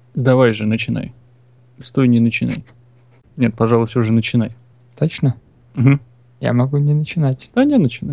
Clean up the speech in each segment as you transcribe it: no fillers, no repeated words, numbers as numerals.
Давай же, начинай. Стой, не начинай. Нет, пожалуй, все же начинай. Точно? Угу. Я могу не начинать. Да не, начинай.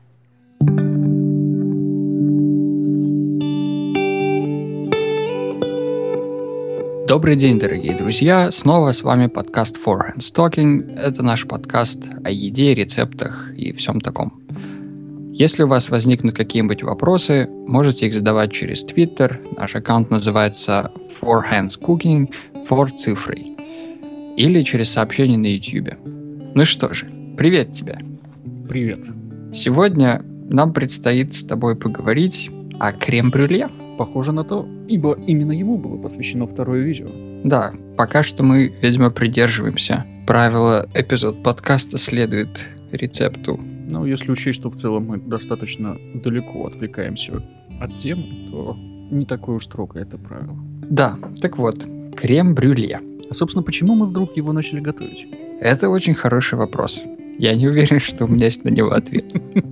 Добрый день, дорогие друзья. Снова с вами подкаст Four Hands Talking. Это наш подкаст о еде, рецептах и всем таком. Если у вас возникнут какие-нибудь вопросы, можете их задавать через Twitter. Наш аккаунт называется Four Hands Cooking, 4 цифрой. Или через сообщение на YouTube. Ну что же, привет тебе. Привет. Сегодня нам предстоит с тобой поговорить о крем-брюле. Похоже на то, ибо именно ему было посвящено второе видео. Да, пока что мы, видимо, придерживаемся правила «эпизод подкаста следует рецепту». Но если учесть, что в целом мы достаточно далеко отвлекаемся от темы, то не такое уж строгое это правило. Да, так вот, крем-брюле. А, собственно, почему мы вдруг его начали готовить? Это очень хороший вопрос. Я не уверен, что у меня есть на него ответ.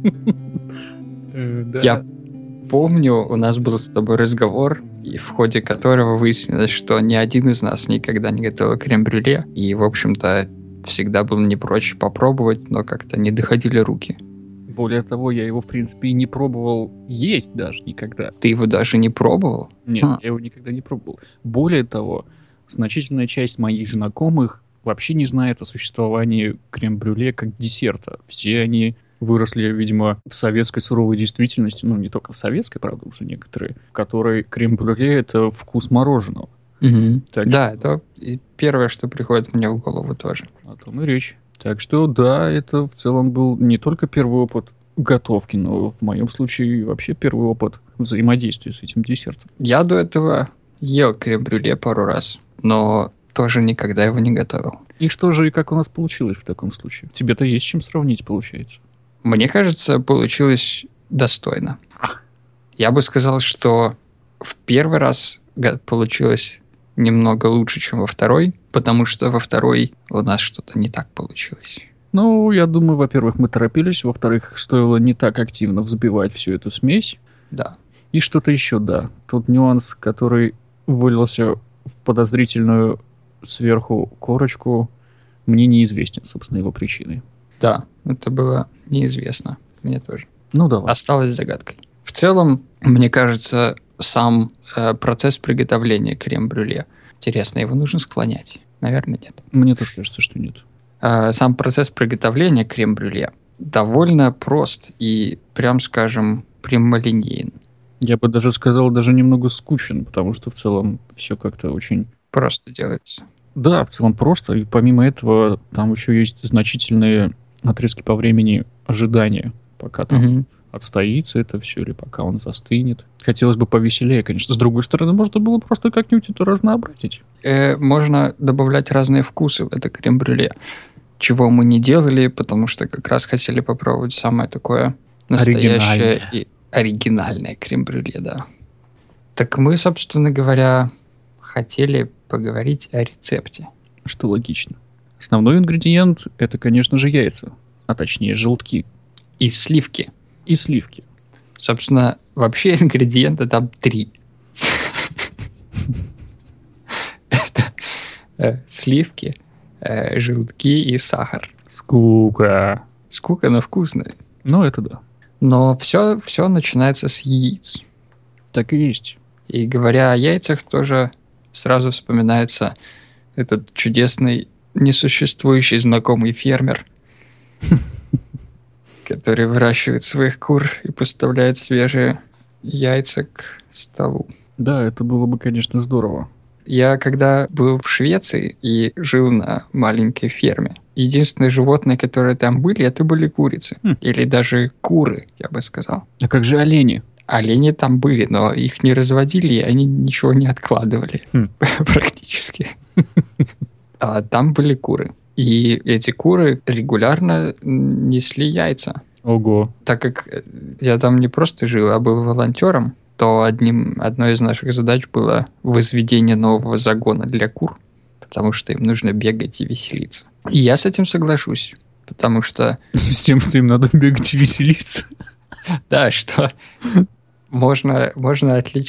Я помню, у нас был с тобой разговор, и в ходе которого выяснилось, что ни один из нас никогда не готовил крем-брюле, и, в общем-то, всегда был не прочь попробовать, но как-то не доходили руки. Более того, я его, в принципе, и не пробовал есть даже никогда. Ты его даже не пробовал? Нет, я его никогда не пробовал. Более того, значительная часть моих знакомых вообще не знает о существовании крем-брюле как десерта. Все они выросли, видимо, в советской суровой действительности, ну, не только в советской, правда, уже некоторые, в которой крем-брюле — это вкус мороженого. Угу. Так Да, это и первое, что приходит мне в голову тоже. О том и речь. Так что, да, это в целом был не только первый опыт готовки, но в моем случае вообще первый опыт взаимодействия с этим десертом. Я до этого ел крем-брюле пару раз, но тоже никогда его не готовил. И что же и как у нас получилось в таком случае? Тебе-то есть чем сравнить, получается. Мне кажется, получилось достойно. Я бы сказал, что в первый раз получилось немного лучше, чем во второй, потому что во второй у нас что-то не так получилось. Ну, я думаю, во-первых, мы торопились, во-вторых, стоило не так активно взбивать всю эту смесь. Да. И что-то еще, да. Тот нюанс, который вылился в подозрительную сверху корочку, мне неизвестен, собственно, его причины. Да, это было неизвестно. Мне тоже. Ну, давай. Осталось загадкой. В целом, мне кажется, сам процесс приготовления крем-брюле. Интересно, его нужно склонять? Наверное, нет. Мне тоже кажется, что нет. Сам процесс приготовления крем-брюле довольно прост и, прям скажем, прямолинейен. Я бы даже сказал, даже немного скучен, потому что в целом все как-то очень... Просто делается. Да, в целом просто. И помимо этого, там еще есть значительные отрезки по времени ожидания, пока там отстоится это все, или пока он застынет. Хотелось бы повеселее, конечно. С другой стороны, можно было просто как-нибудь это разнообразить. Можно добавлять разные вкусы в это крем-брюле, чего мы не делали, потому что как раз хотели попробовать самое такое настоящее и оригинальное крем-брюле, да. Так мы, собственно говоря, хотели поговорить о рецепте. Что логично. Основной ингредиент — это, конечно же, яйца, а точнее желтки. И сливки. И сливки. Собственно, вообще ингредиенты там 3. Это сливки, желтки и сахар. Скука. Скука, но вкусно. Ну, это да. Но все начинается с яиц. Так и есть. И говоря о яйцах, тоже сразу вспоминается этот чудесный, несуществующий знакомый фермер, который выращивает своих кур и поставляет свежие яйца к столу. Да, это было бы, конечно, здорово. Я когда был в Швеции и жил на маленькой ферме, единственные животные, которые там были, это были курицы. Или даже куры, я бы сказал. А как же олени? Олени там были, но их не разводили, и они ничего не откладывали. Практически. А там были куры. И эти куры регулярно несли яйца. Ого. Так как я там не просто жил, а был волонтером, то одной из наших задач было возведение нового загона для кур, потому что им нужно бегать и веселиться. И я с этим соглашусь, потому что... С тем, что им надо бегать и веселиться. Да, что можно отличить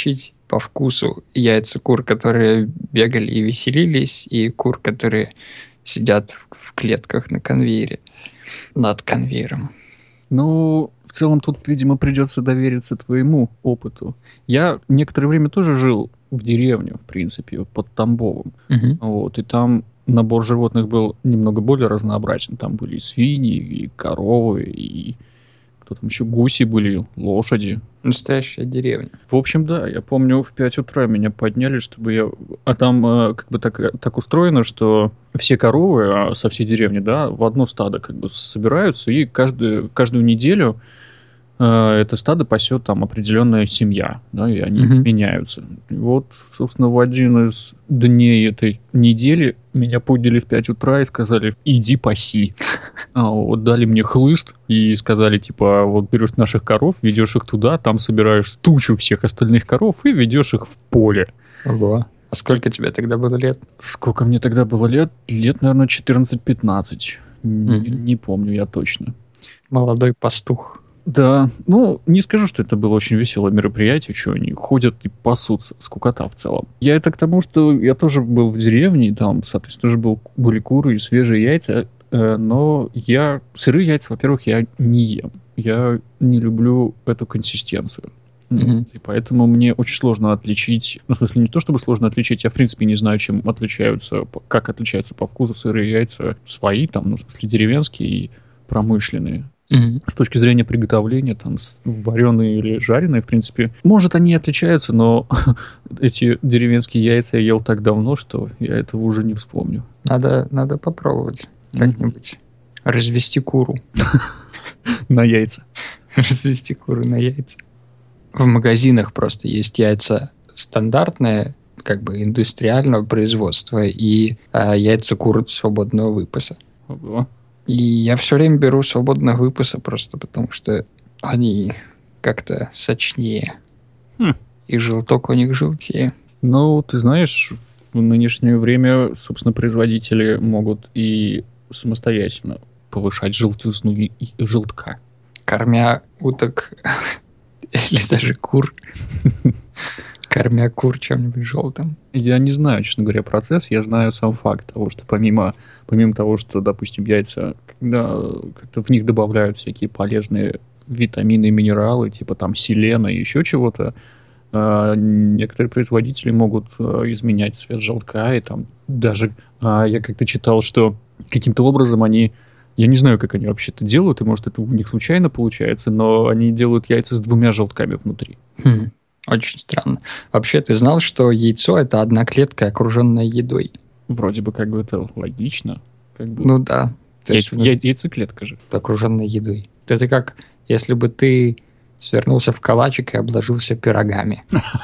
по вкусу яйца кур, которые бегали и веселились, и кур, которые сидят в клетках на конвейере, над конвейером? Ну, в целом тут, видимо, придется довериться твоему опыту. Я некоторое время тоже жил в деревне, в принципе, под Тамбовом. Мгм. Вот, и там набор животных был немного более разнообразен. Там были и свиньи, и коровы, и кто там еще, гуси были, лошади. Настоящая деревня. В общем, да, я помню, в 5 утра меня подняли, чтобы я... А там как бы так устроено, что все коровы со всей деревни, да, в одно стадо как бы собираются, и каждую неделю это стадо пасет там определенная семья, да, и они Мгм. меняются. И вот, собственно, в один из дней этой недели меня подняли в 5 утра и сказали: иди паси. Вот дали мне хлыст и сказали, типа, вот берешь наших коров, ведешь их туда, там собираешь тучу всех остальных коров и ведешь их в поле. Ого. А сколько тебе тогда было лет? Сколько мне тогда было лет? Лет, наверное, 14-15. Мгм. Не помню я точно. Молодой пастух. Да, ну, не скажу, что это было очень веселое мероприятие, что они ходят и пасутся, скукота в целом. Я это к тому, что я тоже был в деревне, и там, соответственно, тоже были куры и свежие яйца, но я сырые яйца, во-первых, я не ем. Я не люблю эту консистенцию. Мгм. И поэтому мне очень сложно отличить, ну, в смысле, не то чтобы сложно отличить, я, в принципе, не знаю, чем отличаются, как отличаются по вкусу сырые яйца свои, там, ну, в смысле, деревенские и промышленные. Мгм. С точки зрения приготовления, там, вареные или жареные, в принципе, может, они и отличаются, но эти деревенские яйца я ел так давно, что я этого уже не вспомню. Надо попробовать Мгм. как-нибудь. Развести куру. На яйца. Развести куру на яйца. В магазинах просто есть яйца стандартные, как бы индустриального производства, и яйца кур свободного выпаса. Ого. И я все время беру свободного выпаса просто потому, что они как-то сочнее. Хм. И желток у них желтее. Ну, ты знаешь, в нынешнее время, собственно, производители могут и самостоятельно повышать желтизну желтка. Кормя уток или даже кур. Кормя кур чем-нибудь желтым. Я не знаю, честно говоря, процесс, я знаю сам факт того, что помимо того, что, допустим, яйца, когда как-то в них добавляют всякие полезные витамины и минералы, типа там селена и еще чего-то, некоторые производители могут изменять цвет желтка, и там даже я как-то читал, что каким-то образом они, я не знаю, как они вообще это делают, и может это у них случайно получается, но они делают яйца с 2 желтками внутри. Хм, очень странно. Вообще, ты знал, что яйцо — это одна клетка, окруженная едой? Вроде бы как бы это логично, как бы Ну да. То есть яйцеклетка же. окруженная едой. Это как если бы ты свернулся в калачик и обложился пирогами.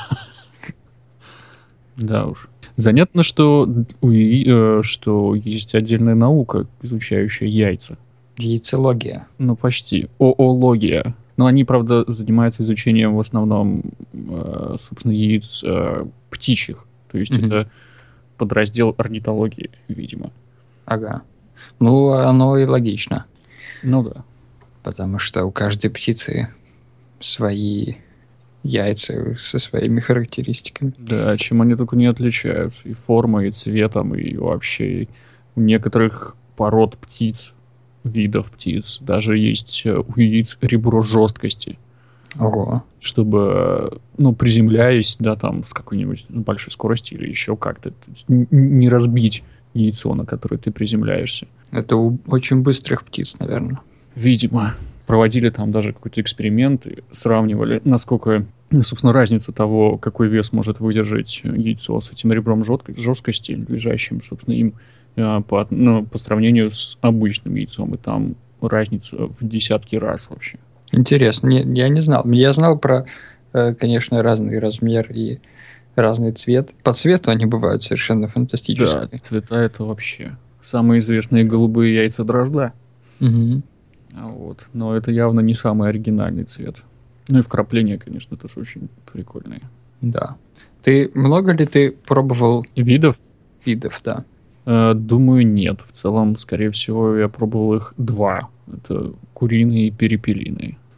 Да уж. Занятно, что что есть отдельная наука, изучающая яйца. Яйцология. Ну, почти. Оология. Но они, правда, занимаются изучением в основном, собственно, яиц птичьих. То есть Мгм. это подраздел орнитологии, видимо. Ага. Ну, оно и логично, Ну да. потому что у каждой птицы свои яйца со своими характеристиками. Да, чем они только не отличаются. И формой, и цветом, и вообще у некоторых пород птиц, видов птиц, даже есть у яиц ребро жесткости. Ого. Чтобы, ну, приземляясь, да, там, с какой-нибудь большой скорости или еще как-то, то есть не разбить яйцо, на которое ты приземляешься. Это у очень быстрых птиц, наверное. Видимо, проводили там даже какой-то эксперимент и сравнивали, насколько, ну, собственно, разница того, какой вес может выдержать яйцо с этим ребром жесткости, лежащим, собственно, им по сравнению с обычным яйцом. И там разница в десятки раз вообще. Интересно, я не знал. Я знал про, конечно, разный размер и разный цвет. По цвету они бывают совершенно Да, фантастические. цвета это вообще самые известные голубые яйца дрозда. Мгм. Вот. Но это явно не самый оригинальный цвет. Ну и вкрапления, конечно, тоже очень прикольные. Да. Много ли ты пробовал Видов, видов, да? думаю, нет. В целом, скорее всего, я пробовал их 2. Это куриные и перепелиные.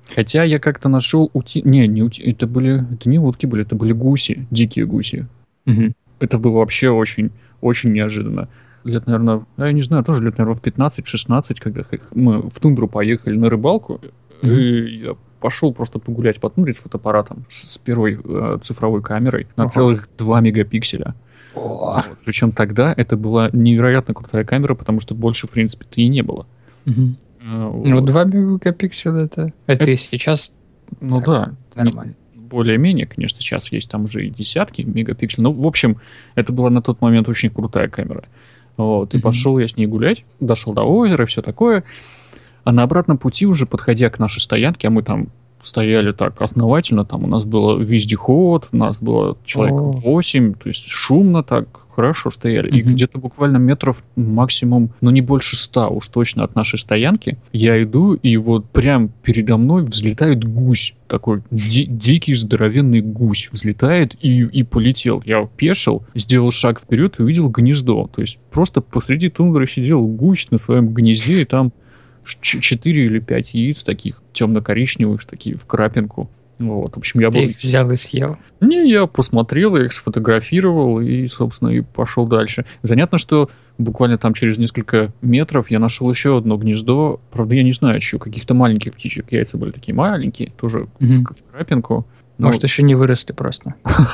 Хотя я как-то нашел Не ути... Это не утки были, это были гуси, дикие гуси. Мгм. Это было вообще очень, очень неожиданно. Лет, наверное, я не знаю, тоже лет, наверное, в 15-16, когда мы в тундру поехали на рыбалку, Мгм. и я пошел просто погулять по тундре с фотоаппаратом, с первой цифровой камерой на Ого. целых 2 мегапикселя. О. Вот. Причем тогда это была невероятно крутая камера, потому что больше, в принципе-то и не было. Мгм. Ну, Вот. 2 мегапикселя это Это, и сейчас ну так да, нормально. более-менее, конечно, сейчас есть там уже и десятки мегапикселей. Ну, в общем, это была на тот момент очень крутая камера. Вот, и Мгм. пошел я с ней гулять, дошел до озера и все такое. А на обратном пути уже, подходя к нашей стоянке, а мы там стояли так основательно, там у нас был вездеход, у нас было человек О. 8, то есть шумно так, хорошо стояли. И Мгм. где-то буквально метров максимум, ну не больше 100 уж точно от нашей стоянки, я иду, и вот прям передо мной взлетает гусь, такой дикий здоровенный гусь взлетает и полетел. Я опешил, сделал шаг вперед и увидел гнездо. То есть просто посреди тундры сидел гусь на своем гнезде, и там 4 или 5 яиц таких темно-коричневых, такие в крапинку. Вот, в общем, я Ты был... их взял и съел? Не, я посмотрел, я их сфотографировал и, собственно, и пошел дальше. Занятно, что буквально там через несколько метров я нашел еще одно гнездо. Правда, я не знаю, еще каких-то маленьких птичек. Яйца были такие маленькие, тоже Мгм. в крапинку. Может, Ну, еще не выросли просто.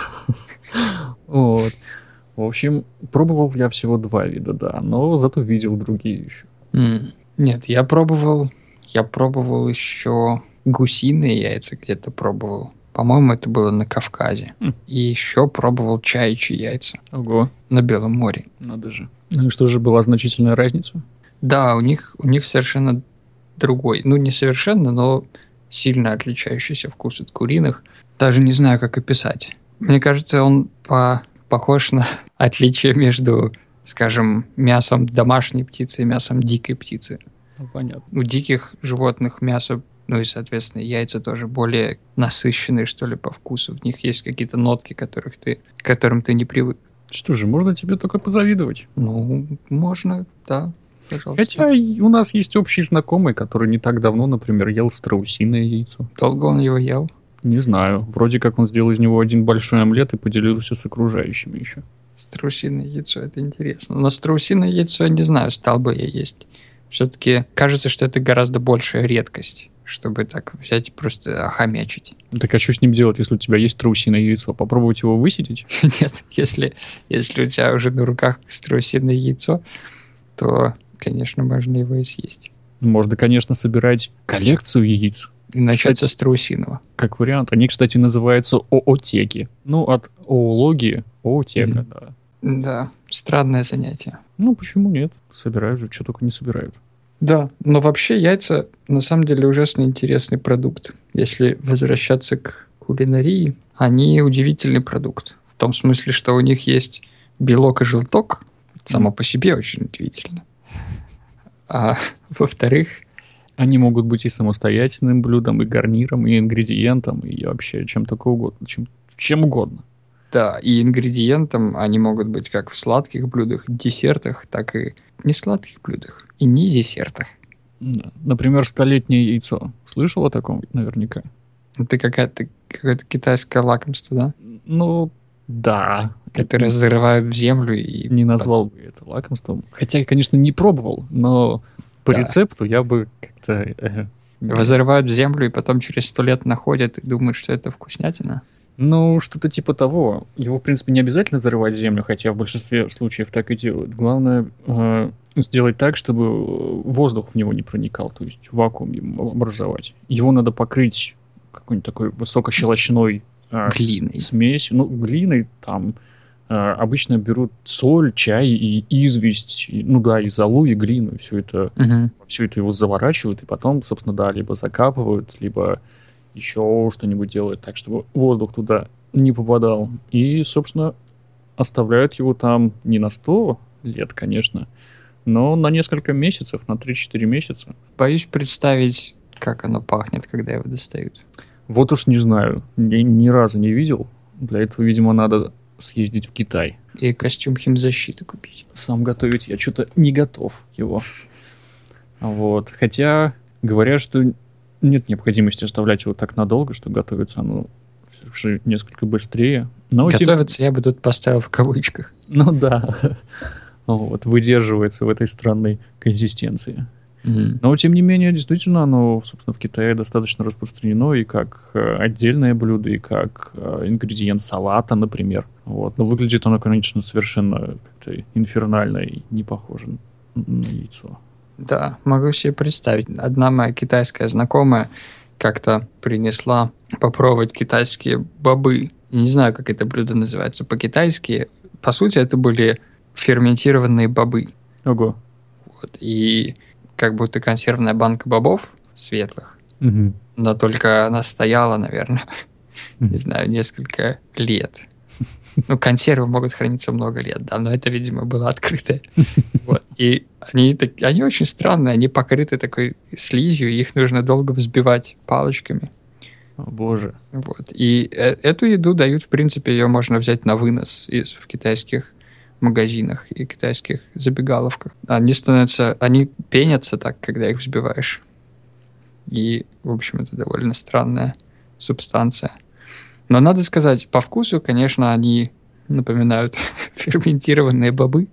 вот. В общем, пробовал я всего 2 вида, да, но зато видел другие еще. Нет, я пробовал еще гусиные яйца где-то пробовал. По-моему, это было на Кавказе. И еще пробовал чаячьи яйца Ого, на Белом море. надо же. Ну и что же, была значительная разница? Да, у них совершенно другой. Ну, не совершенно, но сильно отличающийся вкус от куриных. Даже не знаю, как описать. Мне кажется, он похож на отличие между, скажем, мясом домашней птицы и мясом дикой птицы. Ну, понятно. У диких животных мясо, ну и, соответственно, яйца тоже более насыщенные, что ли, по вкусу. В них есть какие-то нотки, к которым ты не привык. Что же, можно тебе только позавидовать. Ну, можно, да, пожалуйста. Хотя у нас есть общий знакомый, который не так давно, например, ел страусиное яйцо. Долго он его ел? Не знаю. Вроде как он сделал из него один большой омлет и поделился с окружающими еще. Страусиное яйцо, это интересно. Но страусиное яйцо, я не знаю, стал бы я есть. Все-таки кажется, что это гораздо большая редкость, чтобы так взять и просто охомячить. Так а что с ним делать, если у тебя есть страусиное яйцо? Попробовать его высидеть? Нет, если у тебя уже на руках страусиное яйцо, то, конечно, можно его и съесть. Можно, конечно, собирать коллекцию яиц. И начать со Кстати, страусиного. как вариант. Они, кстати, называются оотеки. Ну, от оологии оотека, Мгм. да. Да, странное занятие. Ну, почему нет? Собирают же, что только не собирают. Да, но вообще яйца на самом деле ужасно интересный продукт. Если возвращаться к кулинарии, они удивительный продукт. В том смысле, что у них есть белок и желток. Это само по себе очень удивительно. А во-вторых, Они могут быть и самостоятельным блюдом, и гарниром, и ингредиентом, и вообще чем только угодно. Чем угодно. да, и ингредиентом они могут быть как в сладких блюдах, десертах, так и в несладких блюдах. И не десертах. Да. Например, столетнее яйцо. Слышал о таком наверняка? Это какое-то китайское лакомство, да? Ну, да. Которое зарывают в землю и... Не назвал бы это лакомством. Хотя я, конечно, не пробовал, но по Да. рецепту я бы как-то... Его зарывают в землю и потом через 100 лет находят и думают, что это вкуснятина. Ну, что-то типа того. Его, в принципе, не обязательно зарывать в землю, хотя в большинстве случаев так и делают. Главное сделать так, чтобы воздух в него не проникал, то есть вакуум ему образовать. Его надо покрыть какой-нибудь такой высокощелочной Глиной. смесью. Ну, глиной там обычно берут соль, чай и известь, ну да, и золу, и глину, и все это его заворачивают, и потом, собственно, да, либо закапывают, либо еще что-нибудь делают так, чтобы воздух туда не попадал. И, собственно, оставляют его там не на 100 лет, конечно, но на несколько месяцев, на 3-4 месяца. Боюсь представить, как оно пахнет, когда его достают. Вот уж не знаю, ни разу не видел. Для этого, видимо, надо съездить в Китай. И костюм химзащиты купить. Сам готовить я что-то не готов его. Вот. Хотя говорят, что нет необходимости оставлять его так надолго, что готовится оно все несколько быстрее. Но Готовится, я бы тут поставил в кавычках. Ну да, вот, выдерживается в этой странной консистенции. Но, тем не менее, действительно, оно, собственно, в Китае достаточно распространено и как отдельное блюдо, и как ингредиент салата, например. Вот. Но выглядит оно, конечно, совершенно как-то инфернально и не похоже на яйцо. Да, могу себе представить. Одна моя китайская знакомая как-то принесла попробовать китайские бобы. Не знаю, как это блюдо называется по-китайски. По сути, это были ферментированные бобы. Ого. Вот. И как будто консервная банка бобов светлых. Угу. Но только она стояла, наверное, не знаю, несколько лет. Ну, консервы могут храниться много лет, да, но это, видимо, было открытое. Вот. И они очень странные, они покрыты такой слизью, и их нужно долго взбивать палочками. О, боже. Вот. И эту еду дают, в принципе, ее можно взять на вынос в китайских магазинах и китайских забегаловках. Они пенятся так, когда их взбиваешь. И, в общем, это довольно странная субстанция. Но надо сказать, по вкусу, конечно, они напоминают ферментированные бобы.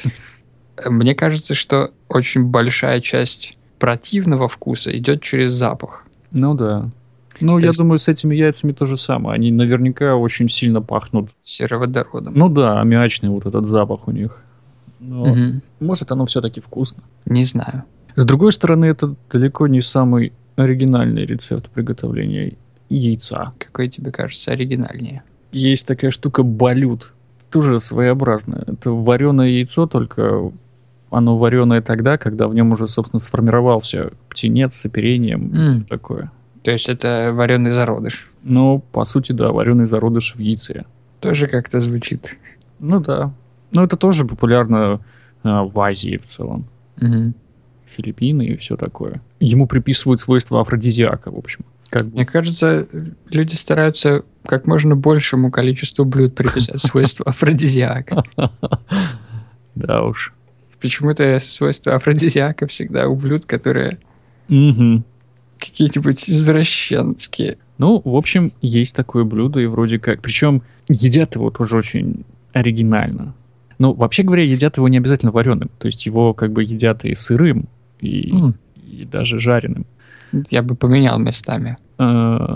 Мне кажется, что очень большая часть противного вкуса идет через запах. Ну да. Ну, я думаю, с этими яйцами то же самое. Они наверняка очень сильно пахнут сероводородом. Ну да, аммиачный вот этот запах у них. Но может, оно все-таки вкусно. Не знаю. С другой стороны, это далеко не самый оригинальный рецепт приготовления яйца. Какой тебе кажется оригинальнее? Есть такая штука балют. Тоже своеобразная. Это вареное яйцо, только оно вареное тогда, когда в нем уже, собственно, сформировался птенец с оперением и все такое. То есть это вареный зародыш? Ну, по сути, да, вареный зародыш в яйце. Тоже как-то звучит. Ну да. Но это тоже популярно в Азии в целом. Филиппины и все такое. Ему приписывают свойства афродизиака, в общем. Мне кажется, люди стараются как можно большему количеству блюд приписать свойства афродизиака. Да уж. Почему-то свойства афродизиака всегда у блюд, которые какие-нибудь извращенские. Ну, в общем, есть такое блюдо, и вроде как... Причем едят его тоже очень оригинально. Ну, вообще говоря, едят его не обязательно вареным. То есть его как бы едят и сырым, и даже жареным. Я бы поменял местами. Ну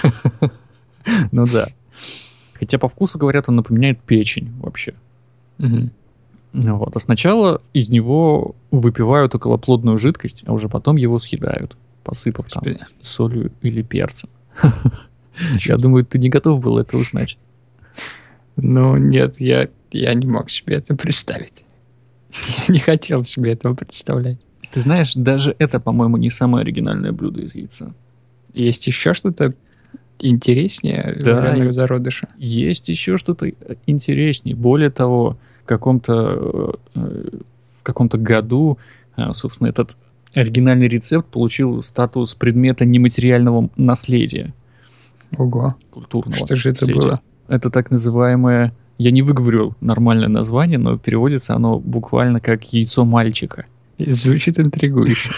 да. Хотя по вкусу, говорят, он напоминает печень вообще. Вот. А сначала из него выпивают околоплодную жидкость, а уже потом его съедают, посыпав там солью или перцем. Я думаю, ты не готов был это узнать. Ну, нет, я не мог себе это представить. Я не хотел себе этого представлять. Ты знаешь, даже это, по-моему, не самое оригинальное блюдо из яйца. Есть еще что-то интереснее вареного зародыша? Есть еще что-то интереснее. Более того, в каком-то году, собственно, этот оригинальный рецепт получил статус предмета нематериального наследия. Ого. Культурного. Что же это было? Это так называемое... Я не выговорю нормальное название, но переводится оно буквально как «яйцо мальчика». Звучит интригующе.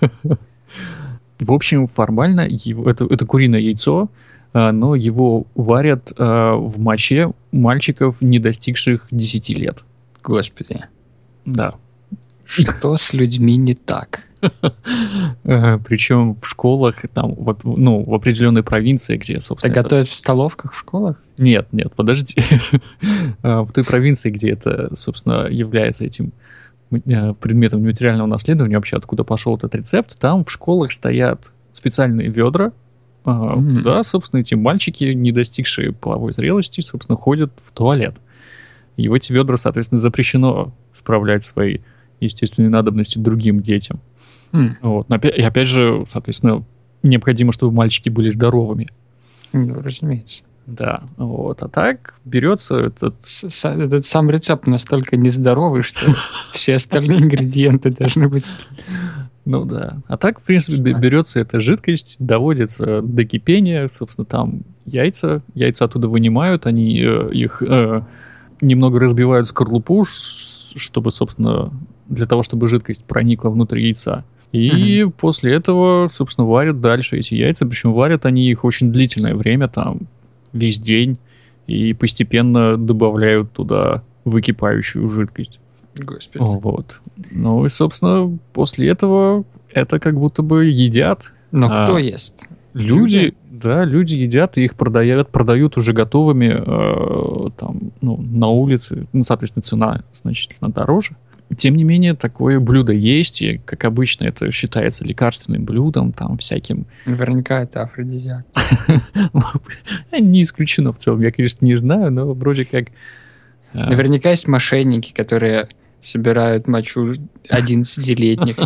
В общем, формально это куриное яйцо, но его варят в моче мальчиков, не достигших 10 лет. Господи. Да. Что с людьми не так? Причем в школах, там, в определенной провинции, где, собственно... Это готовят в столовках, в школах? Нет, подожди. В той провинции, где это, собственно, является этим предметом нематериального наследования, вообще откуда пошел этот рецепт, там в школах стоят специальные ведра, куда, собственно, эти мальчики, не достигшие половой зрелости, собственно, ходят в туалет. И в эти ведра, соответственно, запрещено справлять свои естественные надобности другим детям. Вот. И опять же, соответственно, необходимо, чтобы мальчики были здоровыми. Ну, разумеется. Да, вот. А так берется этот сам рецепт настолько нездоровый, что все остальные ингредиенты должны быть... Ну да. А так, в принципе, берется эта жидкость, доводится до кипения, собственно, там яйца оттуда вынимают, они их немного разбивают скорлупу, чтобы, собственно, для того, чтобы жидкость проникла внутрь яйца. И после этого, собственно, варят дальше эти яйца. Причем варят они их очень длительное время, там, весь день. И постепенно добавляют туда выкипающую жидкость. Господи. Вот. Ну и, собственно, после этого это как будто бы едят. Но кто ест? Люди, да, люди едят и их продают уже готовыми там, ну, на улице. Ну, соответственно, цена значительно дороже. Тем не менее, такое блюдо есть, и, как обычно, это считается лекарственным блюдом, там, всяким... Наверняка это афродизиак. Не исключено в целом, я, конечно, не знаю, но вроде как... Наверняка есть мошенники, которые собирают мочу 11-летних.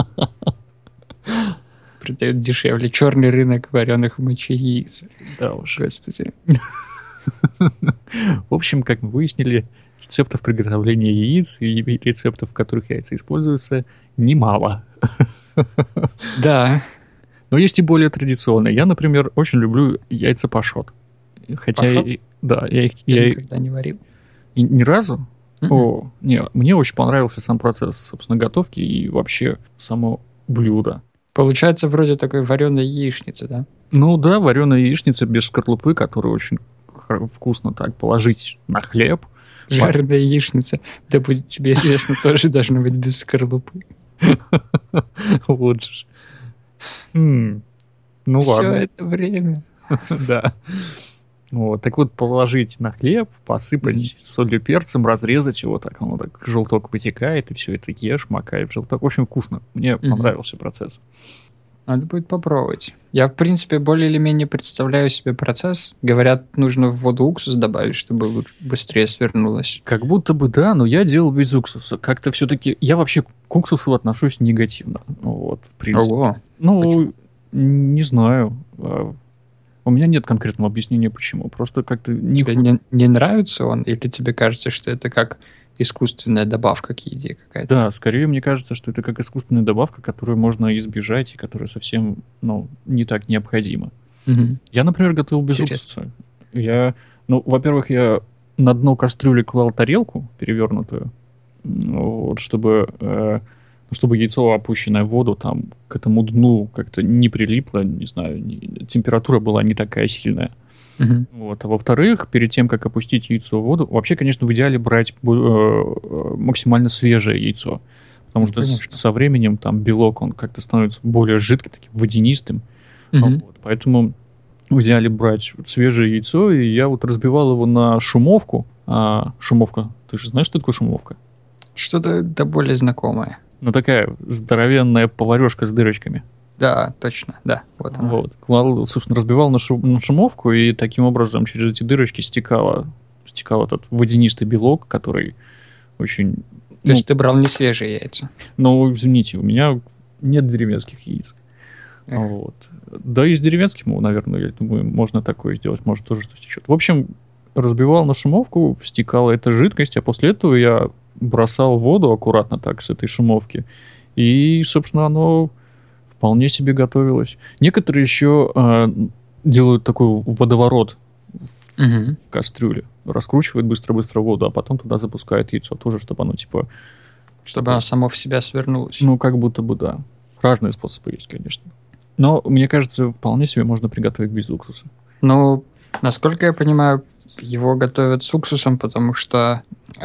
Продают дешевле. Черный рынок вареных в моче яиц. Да уж. Господи. В общем, как мы выяснили, рецептов приготовления яиц и рецептов, в которых яйца используются, немало. Да. Но есть и более традиционные. Я, например, очень люблю яйца пашот. Хотя, да, я никогда не варил. Ни разу? Не, мне очень понравился сам процесс, собственно, готовки и вообще само блюдо. Получается, вроде такой вареной яичницы, да? Ну да, вареная яичница без скорлупы, которую очень вкусно так положить на хлеб. Жареная яичница, да будет тебе известно, тоже должна быть без скорлупы. Вот же. Ну ладно. Все это время. Да. Вот, так вот, положить на хлеб, посыпать солью, перцем, разрезать его, так оно так желток вытекает, и все это ешь, макай в желток. Очень вкусно. Мне понравился процесс. Надо будет попробовать. Я, в принципе, более или менее представляю себе процесс. Говорят, нужно в воду уксус добавить, чтобы быстрее свернулось. Как будто бы да, но я делал без уксуса. Как-то все-таки... Я вообще к уксусу отношусь негативно. Вот, в принципе. Ого. Ну, почему? Не знаю. У меня нет конкретного объяснения, почему. Просто как-то... Тебе не нравится он? Или тебе кажется, что это как искусственная добавка к еде какая-то? Да, скорее мне кажется, что это как искусственная добавка, которую можно избежать и которая совсем, не так необходима. Я, например, готовил без уксуса. Во-первых, я на дно кастрюли клал тарелку перевернутую, вот, чтобы яйцо, опущенное в воду, там к этому дну как-то не прилипло, не знаю, температура была не такая сильная. Вот. А во-вторых, перед тем, как опустить яйцо в воду, вообще, конечно, в идеале брать максимально свежее яйцо, потому что со временем там белок, он как-то становится более жидким, таким водянистым. Вот. Поэтому в идеале брать свежее яйцо, и я вот разбивал его на шумовку. Шумовка, ты же знаешь, что такое шумовка? Что-то да более знакомое. Ну, такая здоровенная поварешка с дырочками. Да, точно, да. Вот она. Вот. Клал, собственно, разбивал на шумовку, и таким образом через эти дырочки стекал этот водянистый белок, который очень... То есть ты брал не свежие яйца? Ну, извините, у меня нет деревенских яиц. Вот. Да, из деревенских, наверное, я думаю, можно такое сделать, может тоже что течет. В общем, разбивал на шумовку, стекала эта жидкость, а после этого я бросал воду аккуратно так с этой шумовки, и, собственно, оно вполне себе готовилось. Некоторые еще делают такой водоворот в кастрюле, раскручивают быстро-быстро воду, а потом туда запускают яйцо тоже, чтобы оно типа... Чтобы оно само в себя свернулось. Ну, как будто бы, да. Разные способы есть, конечно. Но, мне кажется, вполне себе можно приготовить без уксуса. Ну, насколько я понимаю, его готовят с уксусом, потому что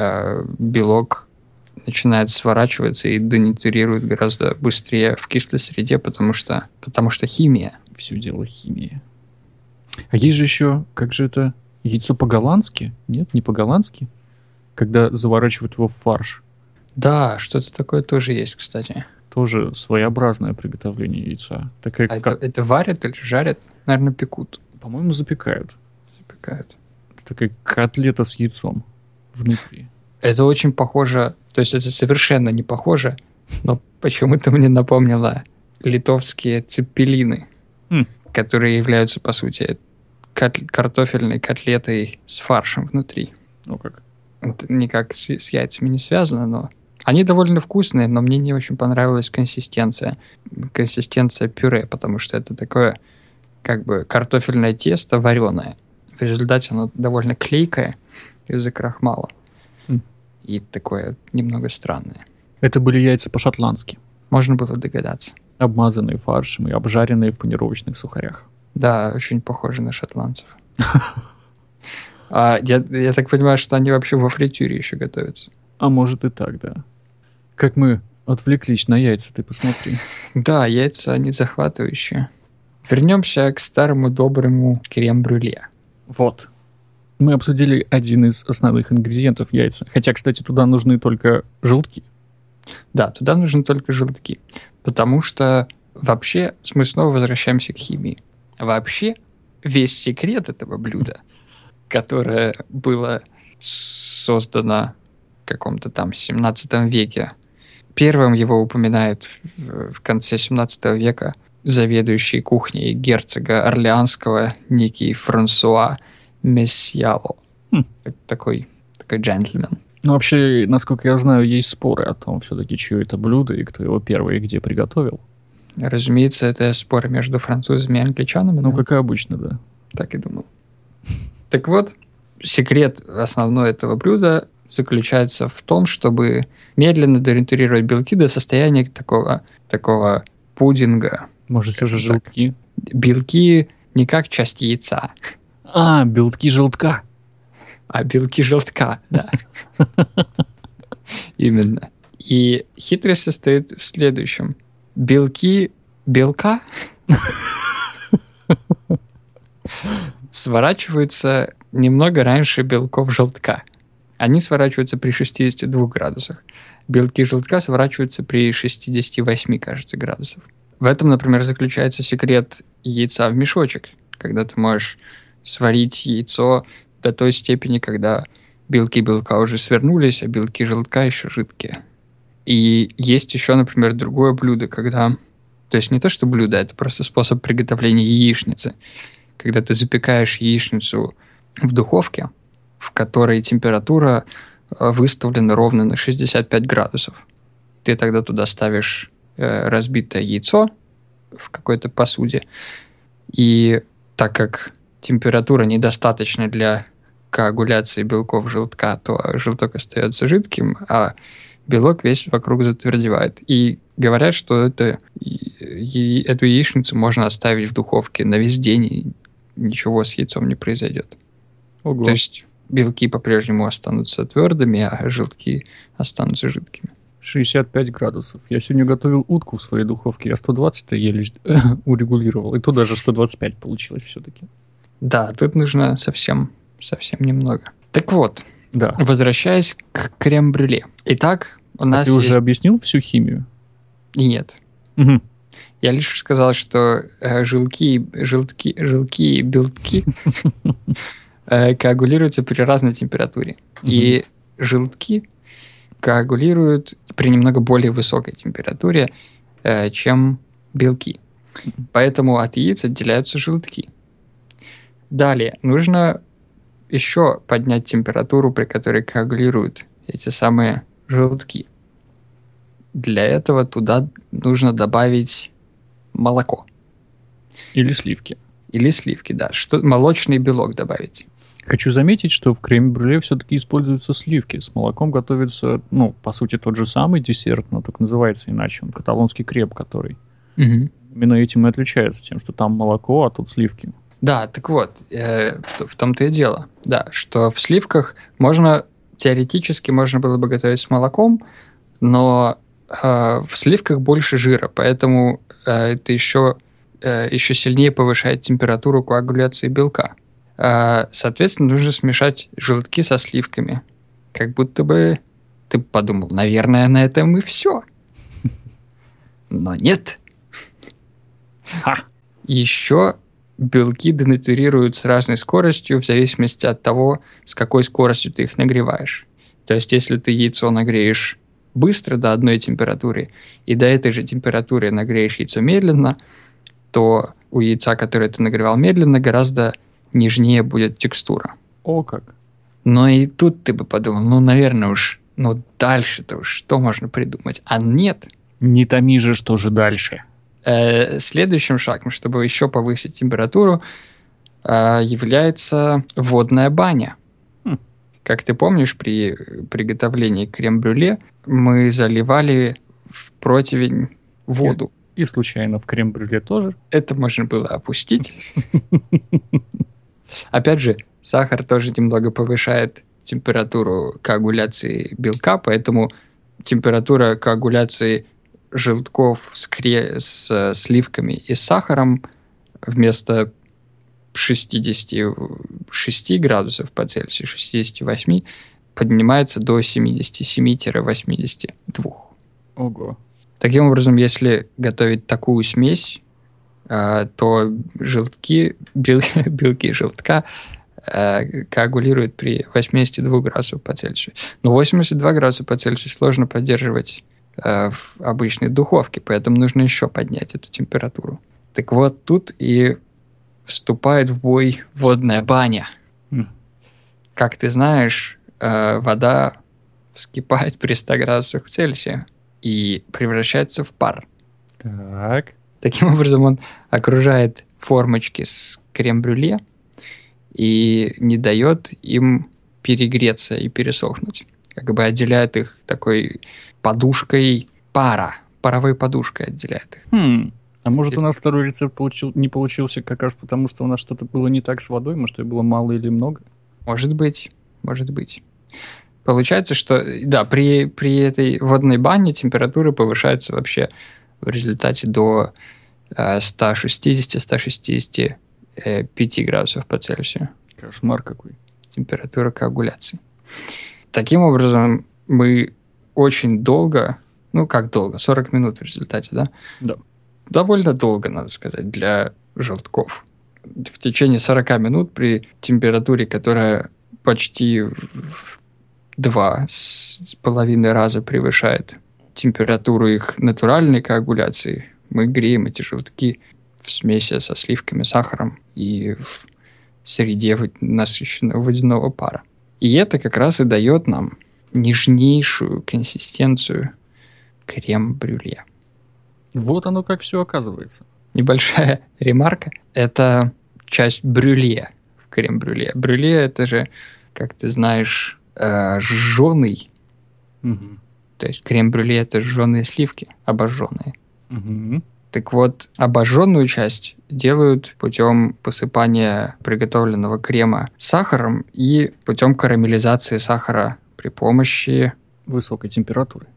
белок начинает сворачиваться и денатурирует гораздо быстрее в кислой среде, потому что химия. Все дело химия. А есть же еще, как же это, яйцо по-голландски? Нет, не по-голландски? Когда заворачивают его в фарш. Да, что-то такое тоже есть, кстати. Тоже своеобразное приготовление яйца. Такая, это варят или жарят? Наверное, пекут. По-моему, запекают. Запекают. Это такая котлета с яйцом внутри. Это очень похоже, то есть это совершенно не похоже, но почему-то мне напомнило литовские цеппелины, которые являются, по сути, картофельной котлетой с фаршем внутри. Ну как? Это никак с яйцами не связано, но они довольно вкусные, но мне не очень понравилась консистенция пюре, потому что это такое как бы картофельное тесто вареное. В результате оно довольно клейкое из-за крахмала. И такое немного странное. Это были яйца по-шотландски. Можно было догадаться. Обмазанные фаршем и обжаренные в панировочных сухарях. Да, очень похоже на шотландцев. Я так понимаю, что они вообще во фритюре еще готовятся. А может и так, да. Как мы отвлеклись на яйца, ты посмотри. Да, яйца, они захватывающие. Вернемся к старому доброму крем-брюле. Вот. Мы обсудили один из основных ингредиентов яйца. Хотя, кстати, туда нужны только желтки. Да, туда нужны только желтки. Потому что вообще, мы снова возвращаемся к химии. Вообще, весь секрет этого блюда, которое было создано в каком-то там 17 веке, первым его упоминает в конце 17 века заведующий кухней герцога Орлеанского некий Франсуа Месьяло. Такой джентльмен. Ну, вообще, насколько я знаю, есть споры о том, все-таки, чье это блюдо и кто его первый и где приготовил. Разумеется, это спор между французами и англичанами. Ну, да? как и обычно, да. Так и думал. Так вот, секрет основной этого блюда заключается в том, чтобы медленно донатурировать белки до состояния такого пудинга. Может, все же Скажем так. желтки? Белки не как часть яйца, А, белки желтка. а белки желтка, да. Именно. И хитрость состоит в следующем. Белки белка сворачиваются немного раньше белков желтка. Они сворачиваются при 62 градусах. Белки желтка сворачиваются при 68, кажется, градусов. В этом, например, заключается секрет яйца в мешочек, когда ты можешь сварить яйцо до той степени, когда белки белка уже свернулись, а белки желтка еще жидкие. И есть еще, например, другое блюдо, когда... То есть не то, что блюдо, это просто способ приготовления яичницы. Когда ты запекаешь яичницу в духовке, в которой температура выставлена ровно на 65 градусов. Ты тогда туда ставишь разбитое яйцо в какой-то посуде, и так как температура недостаточна для коагуляции белков желтка, то желток остается жидким, а белок весь вокруг затвердевает. И говорят, что эту яичницу можно оставить в духовке на весь день, и ничего с яйцом не произойдет. Ого. То есть белки по-прежнему останутся твердыми, а желтки останутся жидкими. 65 градусов. Я сегодня готовил утку в своей духовке. Я 120 еле урегулировал. И то даже 125 получилось все-таки. Да, тут нужно совсем немного. Так вот, Да. возвращаясь к крем-брюле. Итак, у нас ты уже есть... объяснил всю химию? Нет. Угу. Я лишь сказал, что желтки и белки коагулируются при разной температуре. И желтки коагулируют при немного более высокой температуре, чем белки. Поэтому от яиц отделяются желтки. Далее, нужно еще поднять температуру, при которой коагулируют эти самые желтки. Для этого туда нужно добавить молоко. Или сливки. Или сливки, да. Молочный белок добавить. Хочу заметить, что в крем-брюле все-таки используются сливки. С молоком готовится, по сути, тот же самый десерт, но так называется иначе. Он каталонский креп, который. Угу. Именно этим и отличается, тем, что там молоко, а тут сливки. Да, так вот, в том-то и дело, да, что в сливках теоретически можно было бы готовить с молоком, но в сливках больше жира, поэтому это еще сильнее повышает температуру коагуляции белка. Соответственно, нужно смешать желтки со сливками. Как будто бы ты подумал, наверное, на этом и все. Но нет. Еще белки денатурируют с разной скоростью в зависимости от того, с какой скоростью ты их нагреваешь. То есть, если ты яйцо нагреешь быстро до одной температуры и до этой же температуры нагреешь яйцо медленно, то у яйца, которое ты нагревал медленно, гораздо нежнее будет текстура. О, как. Но и тут ты бы подумал, наверное уж, дальше-то уж что можно придумать? А нет. Не томи же, что же дальше. Следующим шагом, чтобы еще повысить температуру, является водная баня. Как ты помнишь, при приготовлении крем-брюле мы заливали в противень воду. И случайно в крем-брюле тоже. Это можно было опустить. Опять же, сахар тоже немного повышает температуру коагуляции белка, поэтому температура коагуляции желтков с сливками и сахаром вместо 66 градусов по Цельсию, 68, поднимается до 77-82. Ого. Таким образом, если готовить такую смесь, то белки желтка коагулируют при 82 градусах по Цельсию. Но 82 градуса по Цельсию сложно поддерживать в обычной духовке, поэтому нужно еще поднять эту температуру. Так вот, тут и вступает в бой водная баня. Как ты знаешь, вода вскипает при 100 градусах Цельсия и превращается в пар. Так. Таким образом, он окружает формочки с крем-брюле и не дает им перегреться и пересохнуть. Как бы отделяет их такой подушкой пара. Паровой подушкой отделяет их. А может, у нас второй рецепт не получился как раз потому, что у нас что-то было не так с водой? Может, ее было мало или много? Может быть. Получается, что да, при этой водной бане температура повышается вообще в результате до 160-165 градусов по Цельсию. Кошмар какой. Температура коагуляции. Таким образом, мы очень долго, 40 минут в результате, да? Да. Довольно долго, надо сказать, для желтков. В течение 40 минут при температуре, которая почти в 2,5 раза превышает температуру их натуральной коагуляции, мы греем эти желтки в смеси со сливками, сахаром и в среде насыщенного водяного пара. И это как раз и дает нам нежнейшую консистенцию крем-брюле. Вот оно как все оказывается. Небольшая ремарка. Это часть брюле в крем-брюле. Брюле — это же, как ты знаешь, жженый. То есть крем-брюле — это жженые сливки, обожженные. Так вот, обожженную часть делают путем посыпания приготовленного крема сахаром и путем карамелизации сахара при помощи высокой температуры.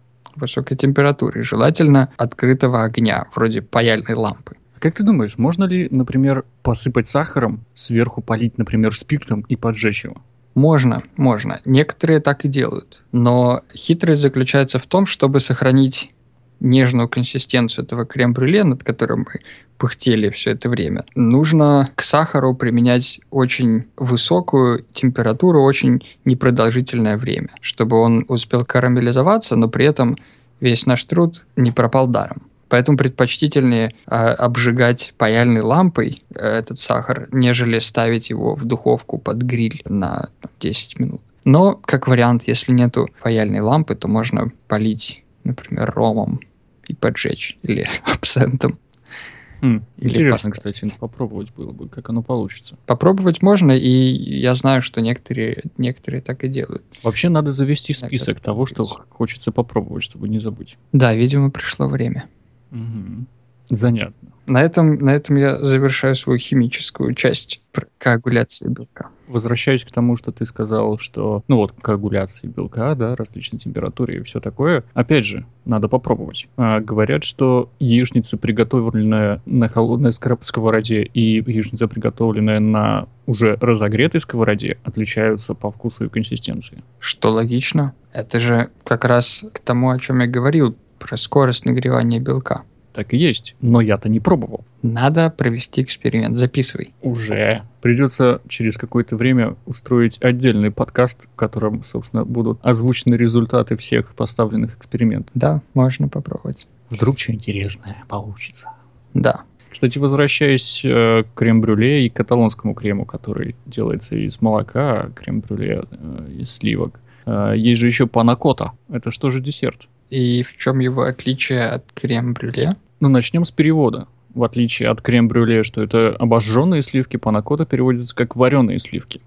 Желательно открытого огня, вроде паяльной лампы. А как ты думаешь, можно ли, например, посыпать сахаром, сверху полить, например, спиртом и поджечь его? Можно. Некоторые так и делают. Но хитрость заключается в том, чтобы сохранить нежную консистенцию этого крем-брюле, над которым мы пыхтели все это время, нужно к сахару применять очень высокую температуру, очень непродолжительное время, чтобы он успел карамелизоваться, но при этом весь наш труд не пропал даром. Поэтому предпочтительнее обжигать паяльной лампой этот сахар, нежели ставить его в духовку под гриль на 10 минут. Но, как вариант, если нету паяльной лампы, то можно полить, например, ромом и поджечь, или абсентом. Интересно, кстати, попробовать было бы, как оно получится. Попробовать можно, и я знаю, что некоторые так и делают. Вообще надо завести список того, что хочется попробовать, чтобы не забыть. Да, видимо, пришло время. Занятно. На этом я завершаю свою химическую часть коагуляции белка. Возвращаюсь к тому, что ты сказал, что, коагуляции белка, да, различной температуре и все такое. Опять же, надо попробовать. Говорят, что яичница, приготовленная на холодной сковороде, и яичница, приготовленная на уже разогретой сковороде, отличаются по вкусу и консистенции. Что логично. Это же как раз к тому, о чем я говорил, про скорость нагревания белка. Так и есть, но я-то не пробовал. Надо провести эксперимент, записывай. Уже. Придется через какое-то время устроить отдельный подкаст, в котором, собственно, будут озвучены результаты всех поставленных экспериментов. Да, можно попробовать. Вдруг что интересное получится. Да. Кстати, возвращаясь к крем-брюле и каталонскому крему, который делается из молока, а крем-брюле из сливок, есть же еще панна-котта. Это что же десерт? И в чем его отличие от крем-брюле? Начнем с перевода. В отличие от крем-брюле, что это обожженные сливки, панна-котта переводится как вареные сливки.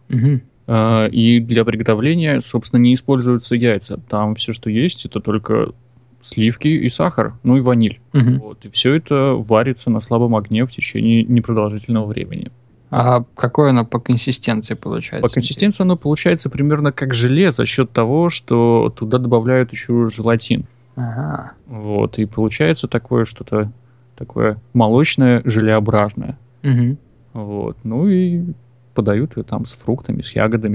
И для приготовления, собственно, не используются яйца. Там все, что есть, это только сливки и сахар, ну и ваниль. Мгм. Вот, и все это варится на слабом огне в течение непродолжительного времени. А какое оно по консистенции По получается? консистенции оно получается примерно как желе за счет того, что туда добавляют еще желатин. Ага. Вот, и получается такое что-то такое молочное, желеобразное. Мгм. Вот, ну и подают ее там с фруктами, с ягодами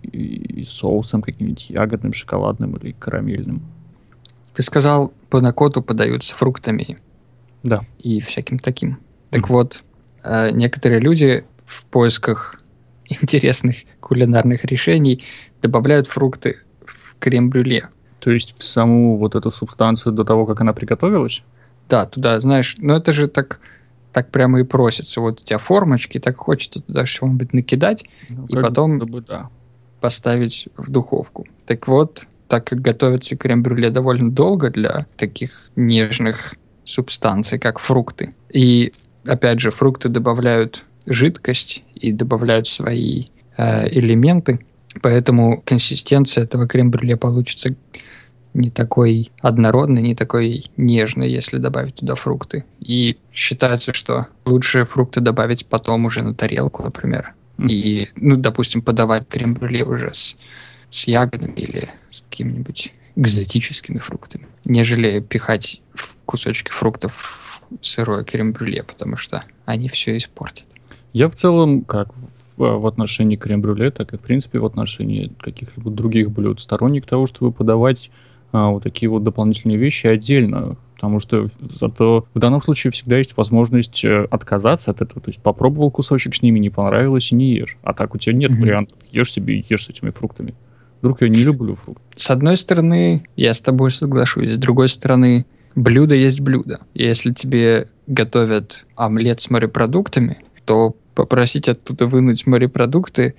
и соусом каким-нибудь ягодным, шоколадным или карамельным. Ты сказал, панакоту подают с фруктами Да. и всяким таким. Так Мгм. вот, некоторые люди в поисках интересных кулинарных решений добавляют фрукты в крем-брюле. То есть в саму вот эту субстанцию до того, как она приготовилась? Да, туда, знаешь, ну это же так прямо и просится. Вот у тебя формочки, так хочется туда что-нибудь накидать Ну, и как потом будто бы да. поставить в духовку. Так вот, так как готовится крем-брюле довольно долго для таких нежных субстанций, как фрукты, и опять же, фрукты добавляют жидкость и добавляют свои элементы, поэтому консистенция этого крем-брюле получится не такой однородный, не такой нежный, если добавить туда фрукты. И считается, что лучше фрукты добавить потом уже на тарелку, например. И, ну, допустим, подавать крем-брюле уже с ягодами или с какими-нибудь экзотическими фруктами, нежели пихать кусочки фруктов в сырое крем-брюле, потому что они все испортят. Я в целом, как в отношении крем-брюле, так и в принципе в отношении каких-либо других блюд, сторонник того, чтобы подавать вот такие вот дополнительные вещи отдельно, потому что зато в данном случае всегда есть возможность отказаться от этого, то есть попробовал кусочек с ними, не понравилось и не ешь, а так у тебя нет Мгм. вариантов, ешь себе и ешь с этими фруктами. Вдруг я не люблю фрукты. С одной стороны, я с тобой соглашусь. С другой стороны, блюдо есть блюдо. И если тебе готовят омлет с морепродуктами, то попросить оттуда вынуть морепродукты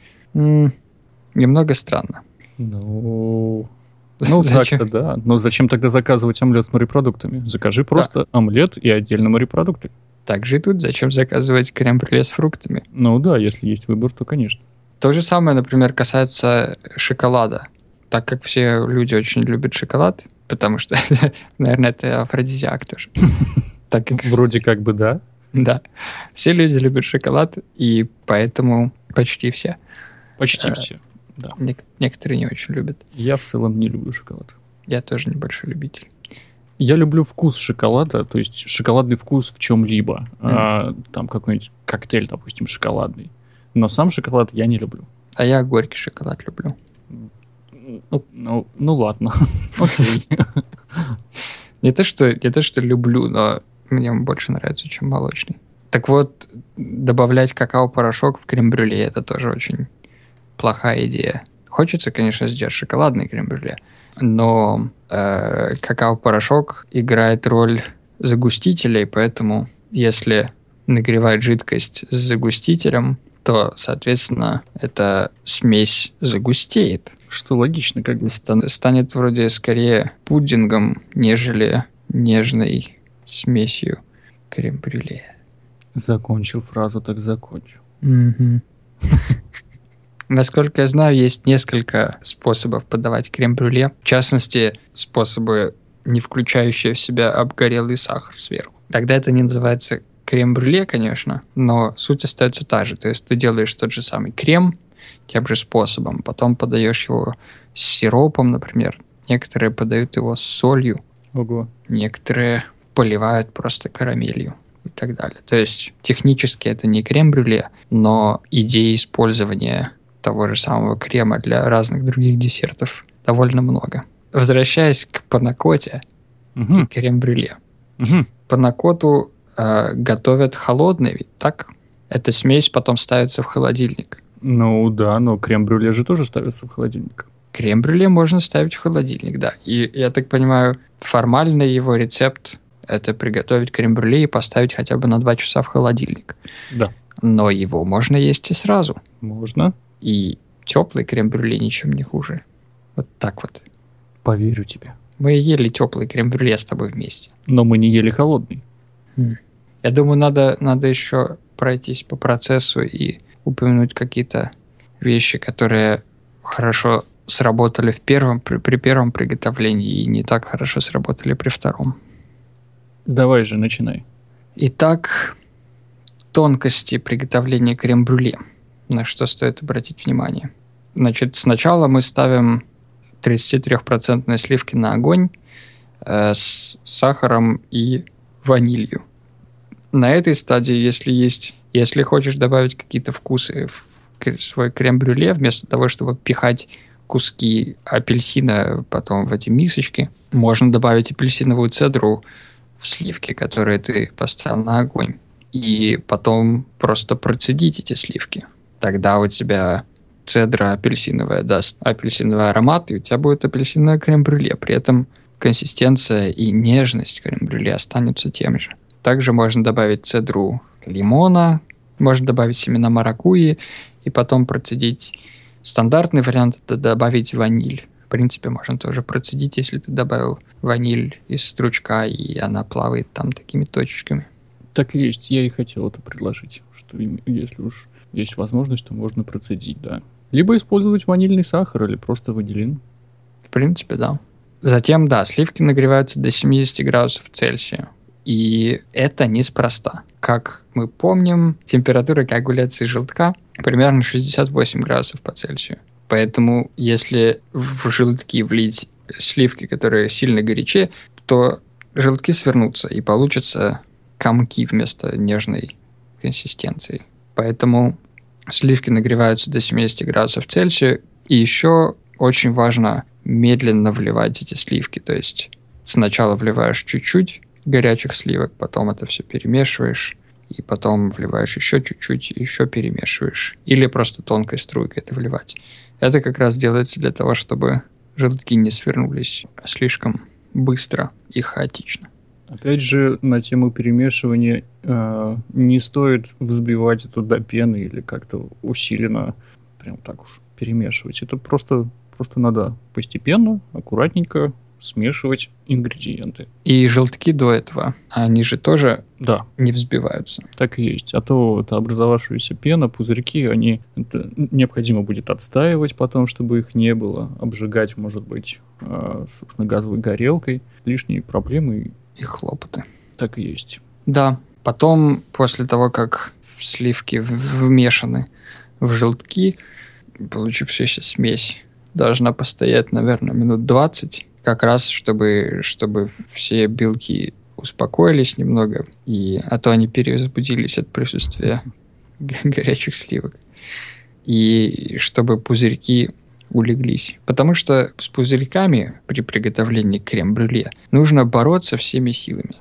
немного странно. Ну, Зачем? так-то да. Но зачем тогда заказывать омлет с морепродуктами? Закажи Да. просто омлет и отдельно морепродукты. Так же и тут. Зачем заказывать крем-брюле с фруктами? Ну да, если есть выбор, то конечно. То же самое, например, касается шоколада. Так как все люди очень любят шоколад, потому что, наверное, это афродизиак тоже. Так как Вроде как бы да. да, все люди любят шоколад, и поэтому почти все. Почти Э, все. Да. Некоторые не очень любят. Я в целом не люблю шоколад. Я тоже небольшой любитель. Я люблю вкус шоколада, то есть шоколадный вкус в чем-либо. Там какой-нибудь коктейль, допустим, шоколадный. Но сам шоколад я не люблю. А я горький шоколад люблю. Ну ладно. Окей. Не то, что люблю, но мне он больше нравится, чем молочный. Так вот, добавлять какао-порошок в крем-брюле – это тоже очень плохая идея. Хочется, конечно, сделать шоколадный крем-брюле, но какао-порошок играет роль загустителя, и поэтому если нагревать жидкость с загустителем, то, соответственно, эта смесь загустеет. Что логично, как бы. Станет вроде скорее пудингом, нежели нежной смесью крем-брюле. Закончил фразу, так закончу. Мгм. Насколько я знаю, есть несколько способов подавать крем-брюле. В частности, способы, не включающие в себя обгорелый сахар сверху. Тогда это не называется крем-брюле, конечно, но суть остается та же. То есть ты делаешь тот же самый крем тем же способом, потом подаешь его с сиропом, например. Некоторые подают его с солью, Ого. некоторые поливают просто карамелью и так далее. То есть технически это не крем-брюле, но идеи использования того же самого крема для разных других десертов довольно много. Возвращаясь к панакоте и крем-брюле. Панакоту готовят холодный, ведь так? Эта смесь потом ставится в холодильник. Ну да, но крем-брюле же тоже ставится в холодильник. Крем-брюле можно ставить в холодильник, да. И я так понимаю, формально его рецепт – это приготовить крем-брюле и поставить хотя бы на 2 часа в холодильник. Да. Но его можно есть и сразу. Можно. И теплый крем-брюле ничем не хуже. Вот так вот. Поверю тебе. Мы ели теплый крем-брюле с тобой вместе. Но мы не ели холодный. Я думаю, надо еще пройтись по процессу и упомянуть какие-то вещи, которые хорошо сработали при первом приготовлении и не так хорошо сработали при втором. Давай же, начинай. Итак, тонкости приготовления крем-брюле. На что стоит обратить внимание. Значит, сначала мы ставим 33% сливки на огонь с сахаром и ванилью. На этой стадии, если хочешь добавить какие-то вкусы в свой крем-брюле, вместо того, чтобы пихать куски апельсина потом в эти мисочки, можно добавить апельсиновую цедру в сливки, которые ты поставил на огонь, и потом просто процедить эти сливки. Тогда у тебя цедра апельсиновая даст апельсиновый аромат, и у тебя будет апельсиновое крем-брюле. При этом консистенция и нежность крем-брюле останутся тем же. Также можно добавить цедру лимона, можно добавить семена маракуйи и потом процедить. Стандартный вариант – это добавить ваниль. В принципе, можно тоже процедить, если ты добавил ваниль из стручка, и она плавает там такими точечками. Так и есть, я и хотел это предложить, что если уж есть возможность, то можно процедить, да. Либо использовать ванильный сахар или просто ванилин. В принципе, да. Затем, да, сливки нагреваются до 70 градусов Цельсия. И это неспроста. Как мы помним, температура коагуляции желтка примерно 68 градусов по Цельсию. Поэтому, если в желтки влить сливки, которые сильно горячие, то желтки свернутся и получатся комки вместо нежной консистенции. Поэтому сливки нагреваются до 70 градусов Цельсия. И еще очень важно медленно вливать эти сливки. То есть сначала вливаешь чуть-чуть горячих сливок, потом это все перемешиваешь, и потом вливаешь еще чуть-чуть, и еще перемешиваешь. Или просто тонкой струйкой это вливать. Это как раз делается для того, чтобы желтки не свернулись слишком быстро и хаотично. Опять же, на тему перемешивания не стоит взбивать это до пены или как-то усиленно прям так уж перемешивать. Это просто надо постепенно, аккуратненько смешивать ингредиенты. И желтки до этого, они же тоже Да, не взбиваются. так и есть. А то это образовавшаяся пена, пузырьки, это необходимо будет отстаивать потом, чтобы их не было, обжигать, может быть, собственно, газовой горелкой. Лишние проблемы. И хлопоты. Так и есть. Да, потом, после того, как сливки вмешаны в желтки, получившаяся смесь должна постоять, наверное, минут 20, как раз, чтобы все белки успокоились немного, а то они перевозбудились от присутствия горячих сливок. И чтобы пузырьки улеглись. Потому что с пузырьками при приготовлении крем-брюле нужно бороться всеми силами.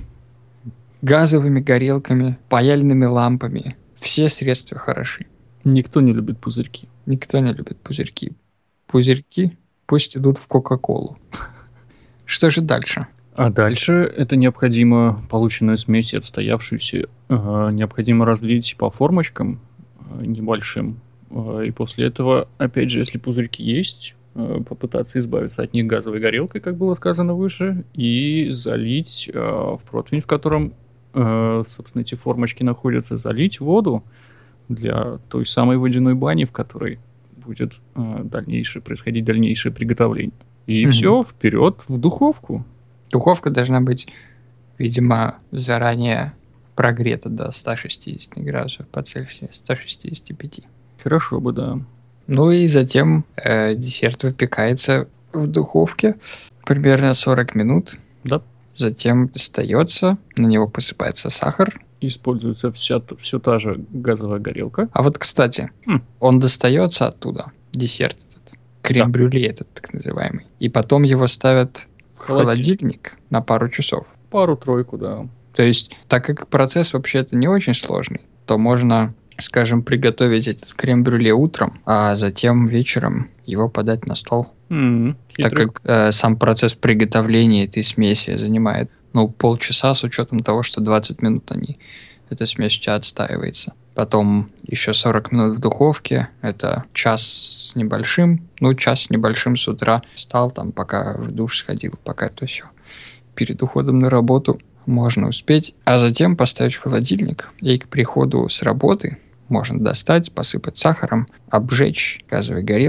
Газовыми горелками, паяльными лампами. Все средства хороши. Никто не любит пузырьки. Никто не любит пузырьки. Пузырьки пусть идут в Кока-Колу. Что же дальше? А дальше это необходимо полученную смесь, отстоявшуюся, необходимо разлить по формочкам небольшим. И после этого, опять же, если пузырьки есть, попытаться избавиться от них газовой горелкой, как было сказано выше, и залить в противень, в котором, собственно, эти формочки находятся, залить воду для той самой водяной бани, в которой будет происходить дальнейшее приготовление. И все, вперед в духовку. Духовка должна быть, видимо, заранее прогрета до 160 градусов по Цельсию, 165. Хорошо бы, да. Ну и затем десерт выпекается в духовке примерно 40 минут. Да. Затем достается, на него посыпается сахар. Используется все та же газовая горелка. А вот, кстати, он достается оттуда, десерт этот, крем-брюле этот так называемый. И потом его ставят в холодильник на пару часов. Пару-тройку, да. То есть, так как процесс вообще-то не очень сложный, то можно, скажем, приготовить этот крем-брюле утром, а затем вечером его подать на стол. Так как сам процесс приготовления этой смеси занимает полчаса, с учетом того, что 20 минут эта смесь у тебя отстаивается. Потом еще 40 минут в духовке, это час с небольшим. Час с небольшим с утра встал, пока в душ сходил, пока это все. Перед уходом на работу можно успеть, а затем поставить в холодильник. И к приходу с работы можно достать, посыпать сахаром, обжечь газовой горелкой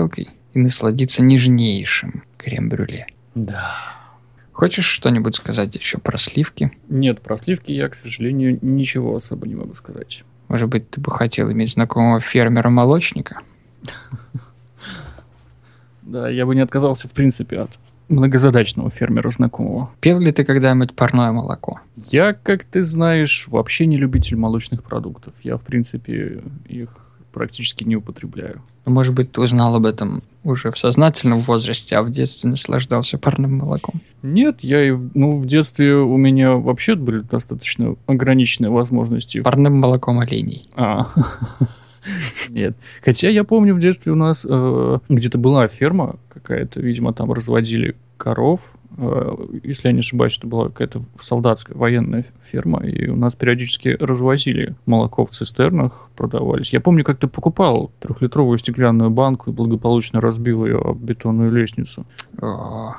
и насладиться нежнейшим крем-брюле. Да. Хочешь что-нибудь сказать еще про сливки? Нет, про сливки я, к сожалению, ничего особо не могу сказать. Может быть, ты бы хотел иметь знакомого фермера-молочника? Да, я бы не отказался, в принципе, от многозадачного фермера знакомого. Пил ли ты когда-нибудь парное молоко? Я, как ты знаешь, вообще не любитель молочных продуктов. Я, в принципе, их практически не употребляю. Может быть, ты узнал об этом уже в сознательном возрасте, а в детстве наслаждался парным молоком? Нет, в детстве у меня вообще были достаточно ограниченные возможности. Парным молоком оленей. Нет. Хотя я помню, в детстве у нас где-то была ферма какая-то, видимо, там разводили коров. Если я не ошибаюсь, это была какая-то солдатская военная ферма, и у нас периодически развозили молоко в цистернах, продавались. Я помню, как-то покупал 3-литровую стеклянную банку и благополучно разбил ее об бетонную лестницу. О,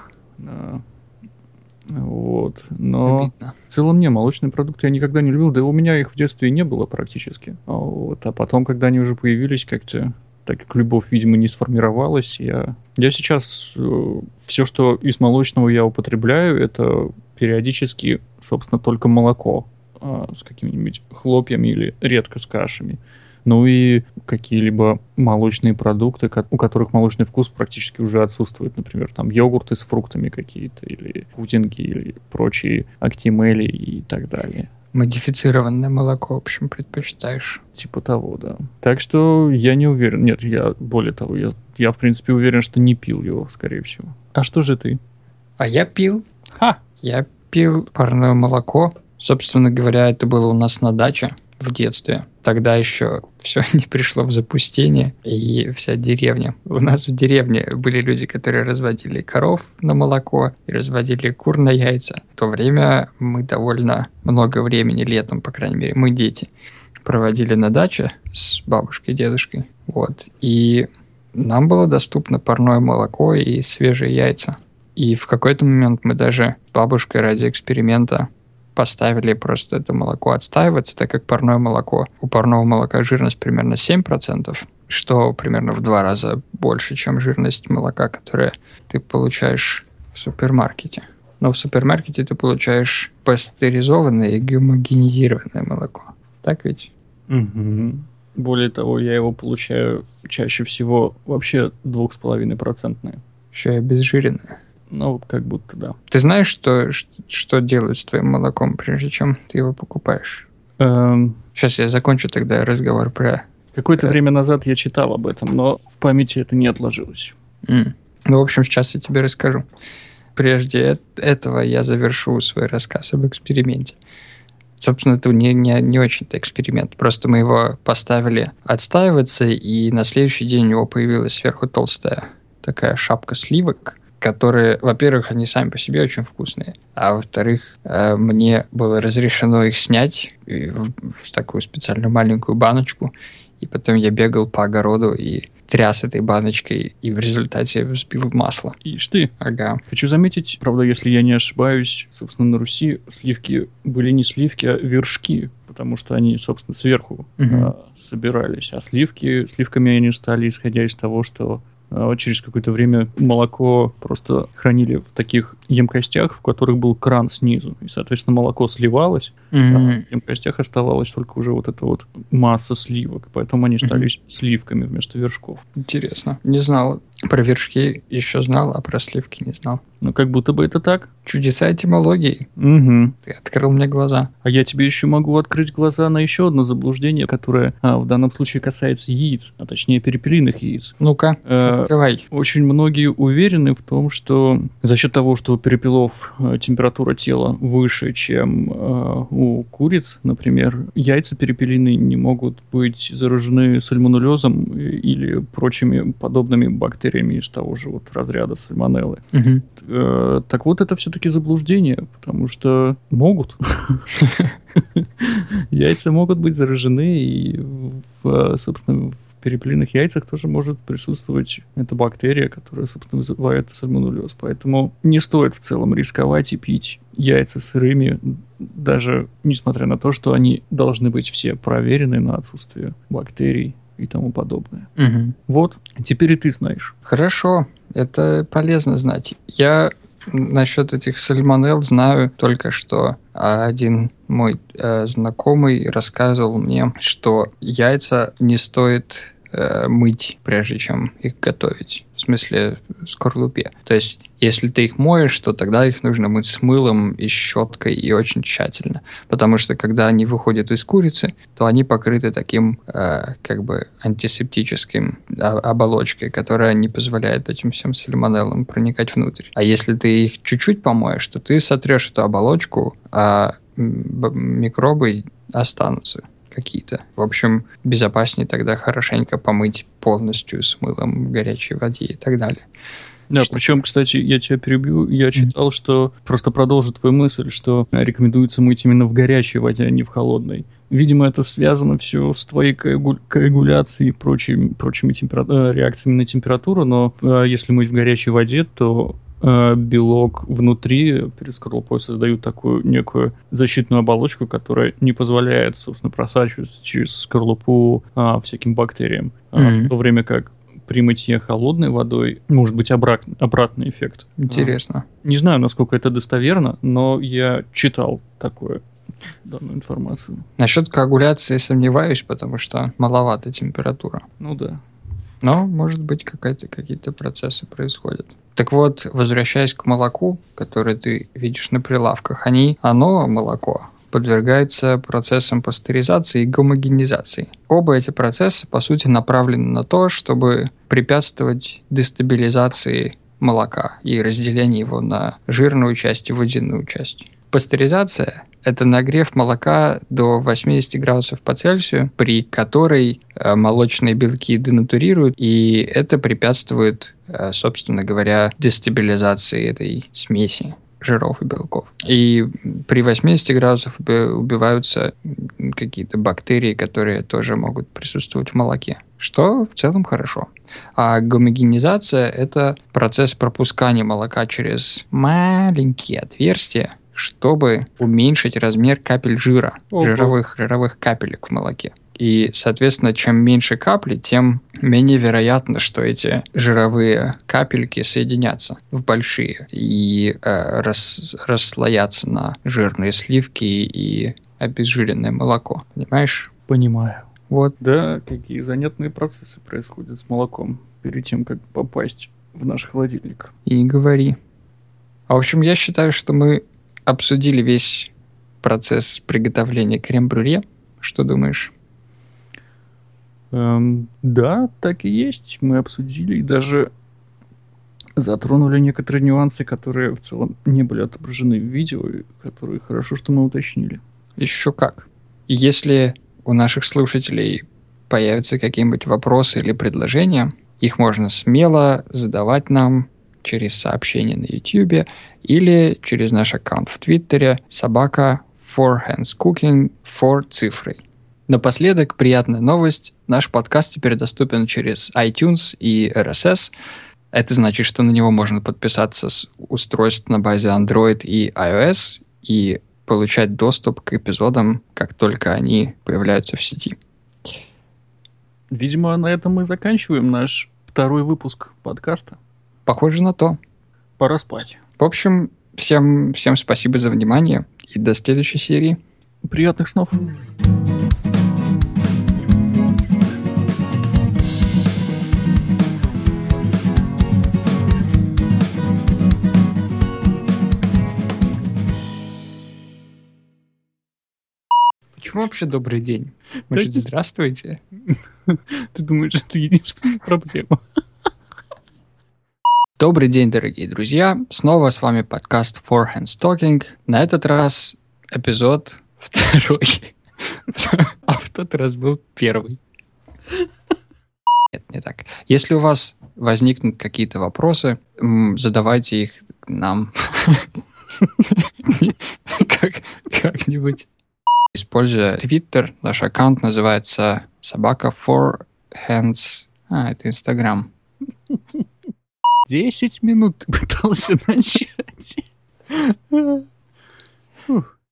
Вот. Но обидно. в целом молочные продукты я никогда не любил, да у меня их в детстве и не было практически. Вот. А потом, когда они уже появились, как-то, так как любовь, видимо, не сформировалась, я сейчас все, что из молочного я употребляю, это периодически, собственно, только молоко с какими-нибудь хлопьями или редко с кашами. Ну и какие-либо молочные продукты, у которых молочный вкус практически уже отсутствует. Например, там йогурты с фруктами какие-то, или пудинги, или прочие актимели и так далее. Модифицированное молоко, в общем, предпочитаешь. Типа того, да. Так что я не уверен. Нет, более того, я в принципе уверен, что не пил его, скорее всего. А что же ты? А я пил. Ха! Я пил парное молоко. Собственно говоря, это было у нас на даче в детстве. Тогда еще все не пришло в запустение, и вся деревня. У нас в деревне были люди, которые разводили коров на молоко и разводили кур на яйца. В то время мы довольно много времени летом, по крайней мере, мы дети, проводили на даче с бабушкой и дедушкой. Вот. И нам было доступно парное молоко и свежие яйца. И в какой-то момент мы даже с бабушкой ради эксперимента поставили просто это молоко отстаиваться, так как у парного молока жирность примерно 7%, что примерно в 2 раза больше, чем жирность молока, которое ты получаешь в супермаркете. Но в супермаркете ты получаешь пастеризованное и гомогенизированное молоко. Так ведь? Угу. Более того, я его получаю чаще всего вообще 2,5%. Еще и обезжиренное. Ну, как будто да. Ты знаешь, что делают с твоим молоком, прежде чем ты его покупаешь? Сейчас я закончу тогда разговор про... Какое-то время назад я читал об этом, но в памяти это не отложилось. Ну, в общем, сейчас я тебе расскажу. Прежде этого я завершу свой рассказ об эксперименте. Собственно, это не очень-то эксперимент. Просто мы его поставили отстаиваться, и на следующий день у него появилась сверху толстая такая шапка сливок, которые, во-первых, они сами по себе очень вкусные, а во-вторых, мне было разрешено их снять в такую специальную маленькую баночку, и потом я бегал по огороду и тряс этой баночкой, и в результате взбил масло. Ишь ты. Ага. Хочу заметить, правда, если я не ошибаюсь, собственно, на Руси сливки были не сливки, а вершки, потому что они, собственно, сверху собирались, а сливками они стали, исходя из того, что через какое-то время молоко просто хранили в таких емкостях, в которых был кран снизу. И, соответственно, молоко сливалось, а в емкостях оставалась только уже вот эта вот масса сливок. Поэтому они стали сливками вместо вершков. Интересно. Не знал. Про вершки еще знал, а про сливки не знал. Ну, как будто бы это так. Чудеса этимологии. Угу. Ты открыл мне глаза. А я тебе еще могу открыть глаза на еще одно заблуждение, которое в данном случае касается яиц, а точнее перепелиных яиц. Ну-ка, открывай. Очень многие уверены в том, что за счет того, что у перепелов температура тела выше, чем у куриц, например, яйца перепелиные не могут быть заражены сальмонеллезом или прочими подобными бактериями из того же вот разряда сальмонеллы. Так вот, это все-таки заблуждение, потому что могут. Яйца могут быть заражены, и, собственно, в перепелиных яйцах тоже может присутствовать эта бактерия, которая, собственно, вызывает сальмонеллез. Поэтому не стоит в целом рисковать и пить яйца сырыми, даже несмотря на то, что они должны быть все проверены на отсутствие бактерий и тому подобное. Мгм. Вот, теперь и ты знаешь. Хорошо, это полезно знать. Я насчет этих сальмонелл знаю только, что один мой знакомый рассказывал мне, что яйца не стоит мыть, прежде чем их готовить. В смысле, в скорлупе. То есть, если ты их моешь, то тогда их нужно мыть с мылом и щеткой и очень тщательно. Потому что, когда они выходят из курицы, то они покрыты таким, как бы, антисептическим оболочкой, которая не позволяет этим всем сальмонеллам проникать внутрь. А если ты их чуть-чуть помоешь, то ты сотрешь эту оболочку, а микробы останутся какие-то. В общем, безопаснее тогда хорошенько помыть полностью с мылом в горячей воде и так далее. Да, Что- причем, кстати, я тебя перебью, я читал, что, просто продолжу твою мысль, что рекомендуется мыть именно в горячей воде, а не в холодной. Видимо, это связано все с твоей коагуляцией и прочими реакциями на температуру, но если мыть в горячей воде, то белок внутри перед скорлупой создают такую некую защитную оболочку, которая не позволяет, собственно, просачиваться через скорлупу всяким бактериям. В то время как при мытье холодной водой может быть обратный эффект. Интересно. Не знаю, насколько это достоверно, но я читал данную информацию. Насчет коагуляции сомневаюсь, потому что маловато температура. Ну да. Но, может быть, какие-то процессы происходят. Так вот, возвращаясь к молоку, которое ты видишь на прилавках, оно, молоко, подвергается процессам пастеризации и гомогенизации. Оба эти процесса, по сути, направлены на то, чтобы препятствовать дестабилизации молока и разделению его на жирную часть и водяную часть. Пастеризация – это нагрев молока до 80 градусов по Цельсию, при которой молочные белки денатурируют, и это препятствует, собственно говоря, дестабилизации этой смеси жиров и белков. И при 80 градусах убиваются какие-то бактерии, которые тоже могут присутствовать в молоке, что в целом хорошо. А гомогенизация – это процесс пропускания молока через маленькие отверстия, чтобы уменьшить размер капель жира, Ого. жировых капелек в молоке. И, соответственно, чем меньше капли, тем менее вероятно, что эти жировые капельки соединятся в большие и расслоятся на жирные сливки и обезжиренное молоко. Понимаешь? Понимаю. Вот. Да, какие занятные процессы происходят с молоком перед тем, как попасть в наш холодильник. И не говори. В общем, я считаю, что мы обсудили весь процесс приготовления крем-брюле. Что думаешь? Да, так и есть. Мы обсудили и даже затронули некоторые нюансы, которые в целом не были отображены в видео, и которые хорошо, что мы уточнили. Еще как. Если у наших слушателей появятся какие-нибудь вопросы или предложения, их можно смело задавать нам через сообщение на YouTube или через наш аккаунт в Твиттере @4handscooking 4 цифрой. Напоследок, приятная новость. Наш подкаст теперь доступен через iTunes и RSS. Это значит, что на него можно подписаться с устройств на базе Android и iOS и получать доступ к эпизодам, как только они появляются в сети. Видимо, на этом мы заканчиваем наш второй выпуск подкаста. Похоже на то. Пора спать. В общем, всем спасибо за внимание и до следующей серии. Приятных снов. Почему вообще добрый день? Может, здравствуйте? Ты думаешь, это единственная проблема? Добрый день, дорогие друзья. Снова с вами подкаст Four Hands Talking. На этот раз эпизод второй. А в тот раз был первый. Нет, не так. Если у вас возникнут какие-то вопросы, задавайте их нам как-нибудь. Используя Twitter, наш аккаунт называется @4hands. Это Инстаграм. 10 минут ты пытался начать. Фух.